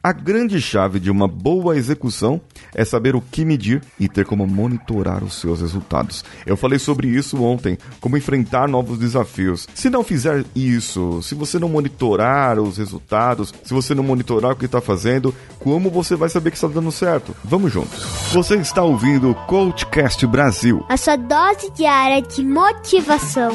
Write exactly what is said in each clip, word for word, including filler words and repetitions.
A grande chave de uma boa execução é saber o que medir e ter como monitorar os seus resultados. Eu falei sobre isso ontem, como enfrentar novos desafios. Se não fizer isso, se você não monitorar os resultados, se você não monitorar o que está fazendo, como você vai saber que está dando certo? Vamos juntos. Você está ouvindo o CoachCast Brasil, a sua dose diária de motivação.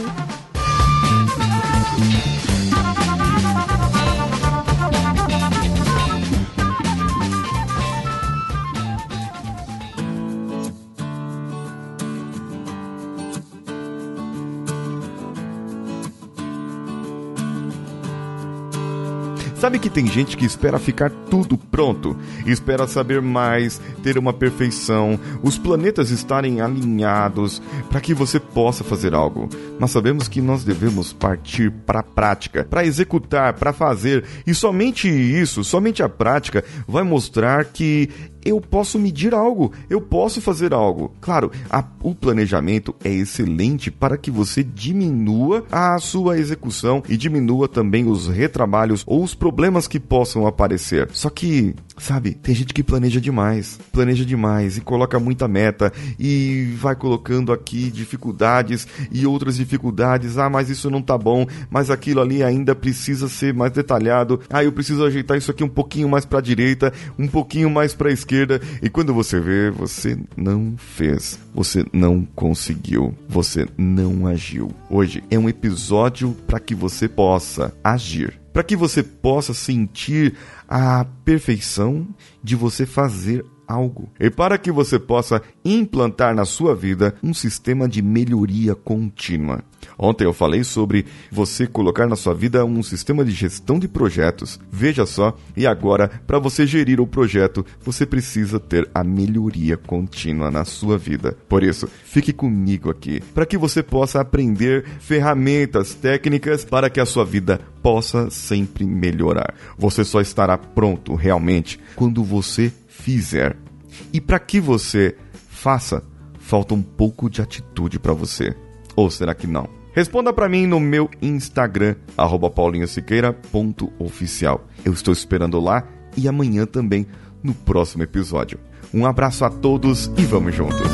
Sabe que tem gente que espera ficar tudo pronto, espera saber mais, ter uma perfeição, os planetas estarem alinhados para que você possa fazer algo. Mas sabemos que nós devemos partir para a prática, para executar, para fazer, e somente isso, somente a prática vai mostrar que eu posso medir algo, eu posso fazer algo. Claro, a, o planejamento é excelente para que você diminua a sua execução e diminua também os retrabalhos ou os problemas que possam aparecer. Só que, sabe, tem gente que planeja demais, planeja demais e coloca muita meta e vai colocando aqui dificuldades e outras dificuldades. Ah, mas isso não tá bom, mas aquilo ali ainda precisa ser mais detalhado. Ah, eu preciso ajeitar isso aqui um pouquinho mais para a direita, um pouquinho mais para a esquerda. E quando você vê, você não fez, você não conseguiu, você não agiu. Hoje é um episódio para que você possa agir, para que você possa sentir a perfeição de você fazer algo. E para que você possa implantar na sua vida um sistema de melhoria contínua. Ontem eu falei sobre você colocar na sua vida um sistema de gestão de projetos. Veja só, e agora, para você gerir o projeto, você precisa ter a melhoria contínua na sua vida. Por isso, fique comigo aqui, para que você possa aprender ferramentas, técnicas, para que a sua vida possa sempre melhorar. Você só estará pronto realmente quando você fizer. E para que você faça, falta um pouco de atitude para você. Ou será que não? Responda para mim no meu Instagram, arroba paulinho siqueira ponto oficial. Eu estou esperando lá e amanhã também no próximo episódio. Um abraço a todos e vamos juntos!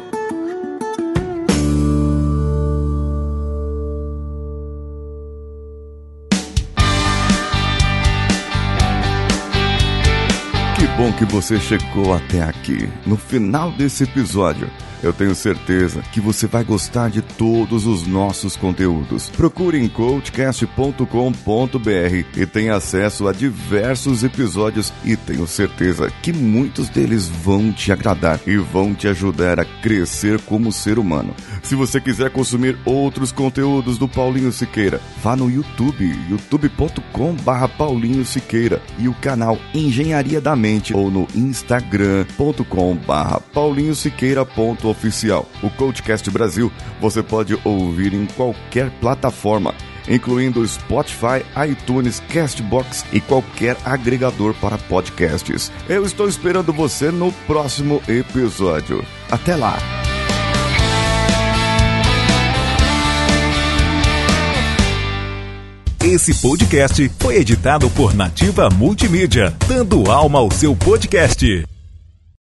Que bom que você chegou até aqui. No final desse episódio, eu tenho certeza que você vai gostar de todos os nossos conteúdos. Procure em coachcast ponto com ponto b r e tenha acesso a diversos episódios e tenho certeza que muitos deles vão te agradar e vão te ajudar a crescer como ser humano. Se você quiser consumir outros conteúdos do Paulinho Siqueira, vá no YouTube, youtube ponto com barra Paulinho Siqueira e o canal Engenharia da Mente ou no instagram ponto com barra Paulinho Siqueira ponto oficial. O CoachCast Brasil você pode ouvir em qualquer plataforma, incluindo Spotify, iTunes, Castbox e qualquer agregador para podcasts. Eu estou esperando você no próximo episódio. Até lá! Esse podcast foi editado por Nativa Multimídia, dando alma ao seu podcast.